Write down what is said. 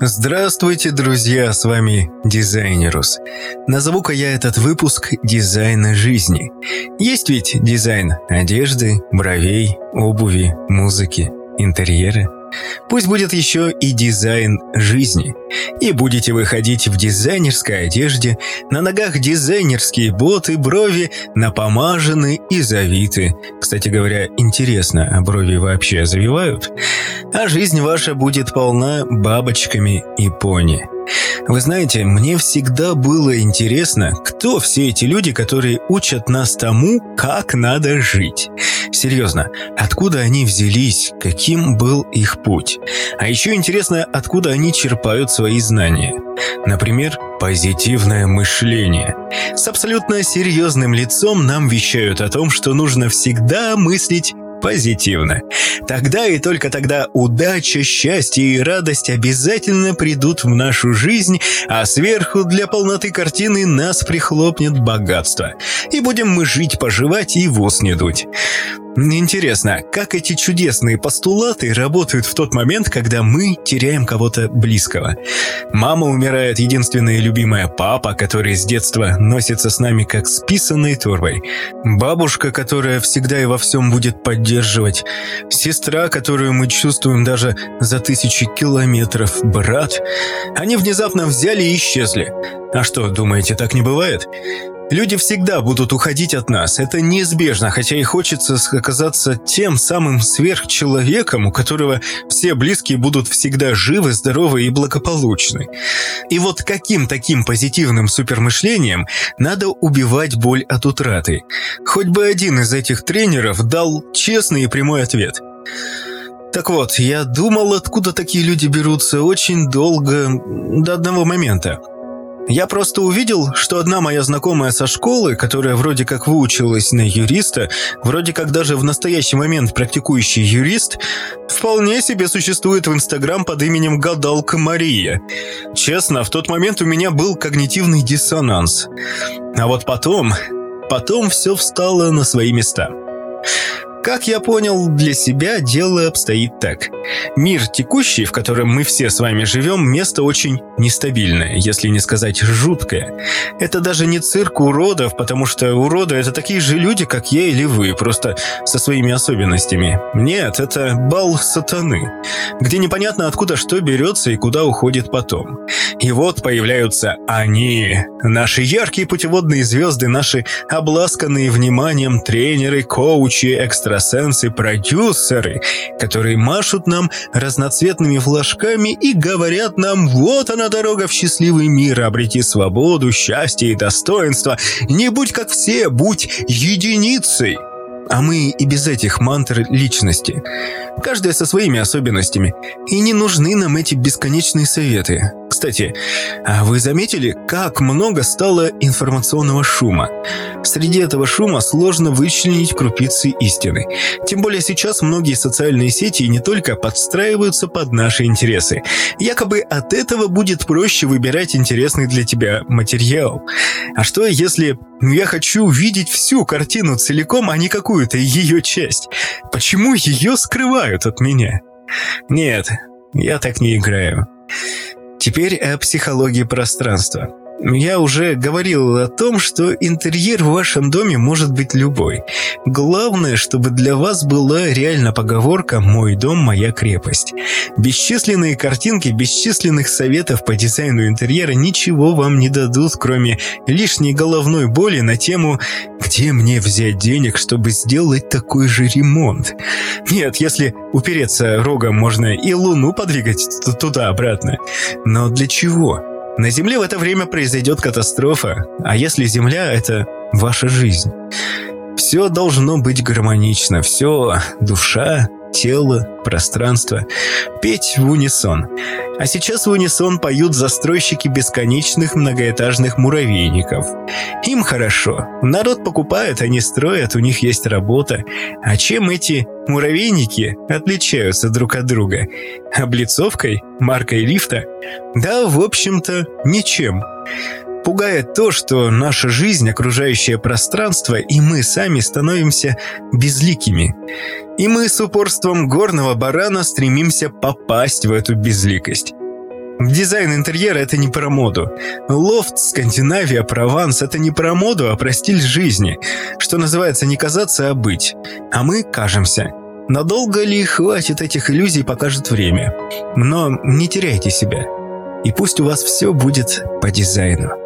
Здравствуйте, друзья, с вами Дизайнерус. Назову-ка я этот выпуск «Дизайн жизни». Есть ведь дизайн одежды, бровей, обуви, музыки, интерьера. Пусть будет еще и дизайн жизни. И будете вы ходить в дизайнерской одежде, на ногах дизайнерские боты, брови напомажены и завиты. Кстати говоря, интересно, а брови вообще завивают? А жизнь ваша будет полна бабочками и пони. Вы знаете, мне всегда было интересно, кто все эти люди, которые учат нас тому, как надо жить. Серьезно, откуда они взялись, каким был их путь? А еще интересно, откуда они черпают свои знания. Например, позитивное мышление. С абсолютно серьезным лицом нам вещают о том, что нужно всегда мыслить позитивно. Тогда и только тогда удача, счастье и радость обязательно придут в нашу жизнь, а сверху для полноты картины нас прихлопнет богатство. И будем мы жить, поживать и в ус не дуть. Интересно, как эти чудесные постулаты работают в тот момент, когда мы теряем кого-то близкого? Мама умирает, единственная любимая, папа, который с детства носится с нами как с писаной торбой, бабушка, которая всегда и во всем будет поддерживать, сестра, которую мы чувствуем даже за 1000 километров, брат. Они внезапно взяли и исчезли. А что, думаете, так не бывает? Люди всегда будут уходить от нас, это неизбежно, хотя и хочется оказаться тем самым сверхчеловеком, у которого все близкие будут всегда живы, здоровы и благополучны. И вот каким таким позитивным супермышлением надо убивать боль от утраты? Хоть бы один из этих тренеров дал честный и прямой ответ. Так вот, я думал, откуда такие люди берутся очень долго, до одного момента. Я просто увидел, что одна моя знакомая со школы, которая вроде как выучилась на юриста, вроде как даже в настоящий момент практикующий юрист, вполне себе существует в Инстаграм под именем Гадалка Мария. Честно, в тот момент у меня был когнитивный диссонанс. А вот потом все встало на свои места. Как я понял, для себя дело обстоит так. Мир текущий, в котором мы все с вами живем, место очень нестабильное, если не сказать жуткое. Это даже не цирк уродов, потому что уроды – это такие же люди, как я или вы, просто со своими особенностями. Нет, это бал сатаны, где непонятно откуда что берется и куда уходит потом. И вот появляются они, наши яркие путеводные звезды, наши обласканные вниманием тренеры, коучи, экстрасенсы, продюсеры, которые машут нам разноцветными флажками и говорят нам: вот она дорога в счастливый мир, обрети свободу, счастье и достоинство, не будь как все, будь единицей. А мы и без этих мантр личности, каждая со своими особенностями, и не нужны нам эти бесконечные советы. Кстати, а вы заметили, как много стало информационного шума? Среди этого шума сложно вычленить крупицы истины. Тем более сейчас многие социальные сети не только подстраиваются под наши интересы. Якобы от этого будет проще выбирать интересный для тебя материал. А что, если я хочу видеть всю картину целиком, а не какую-то ее часть? Почему ее скрывают от меня? Нет, я так не играю. Теперь о психологии пространства. Я уже говорил о том, что интерьер в вашем доме может быть любой. Главное, чтобы для вас была реально поговорка «Мой дом, моя крепость». Бесчисленные картинки, бесчисленных советов по дизайну интерьера ничего вам не дадут, кроме лишней головной боли на тему «Где мне взять денег, чтобы сделать такой же ремонт?». Нет, если упереться рогом, можно и Луну подвигать туда-обратно. Но для чего? На Земле в это время произойдет катастрофа, а если Земля – это ваша жизнь? Все должно быть гармонично, все – душа, тело, пространство – петь в унисон. А сейчас в унисон поют застройщики бесконечных многоэтажных муравейников. Им хорошо. Народ покупает, они строят, у них есть работа. А чем эти муравейники отличаются друг от друга? Облицовкой? Маркой лифта? Да, в общем-то, ничем. Пугает то, что наша жизнь, окружающее пространство и мы сами становимся безликими. И мы с упорством горного барана стремимся попасть в эту безликость. Дизайн интерьера – это не про моду. Лофт, Скандинавия, Прованс – это не про моду, а про стиль жизни. Что называется, не казаться, а быть. А мы кажемся. Надолго ли хватит этих иллюзий, покажет время. Но не теряйте себя. И пусть у вас все будет по дизайну.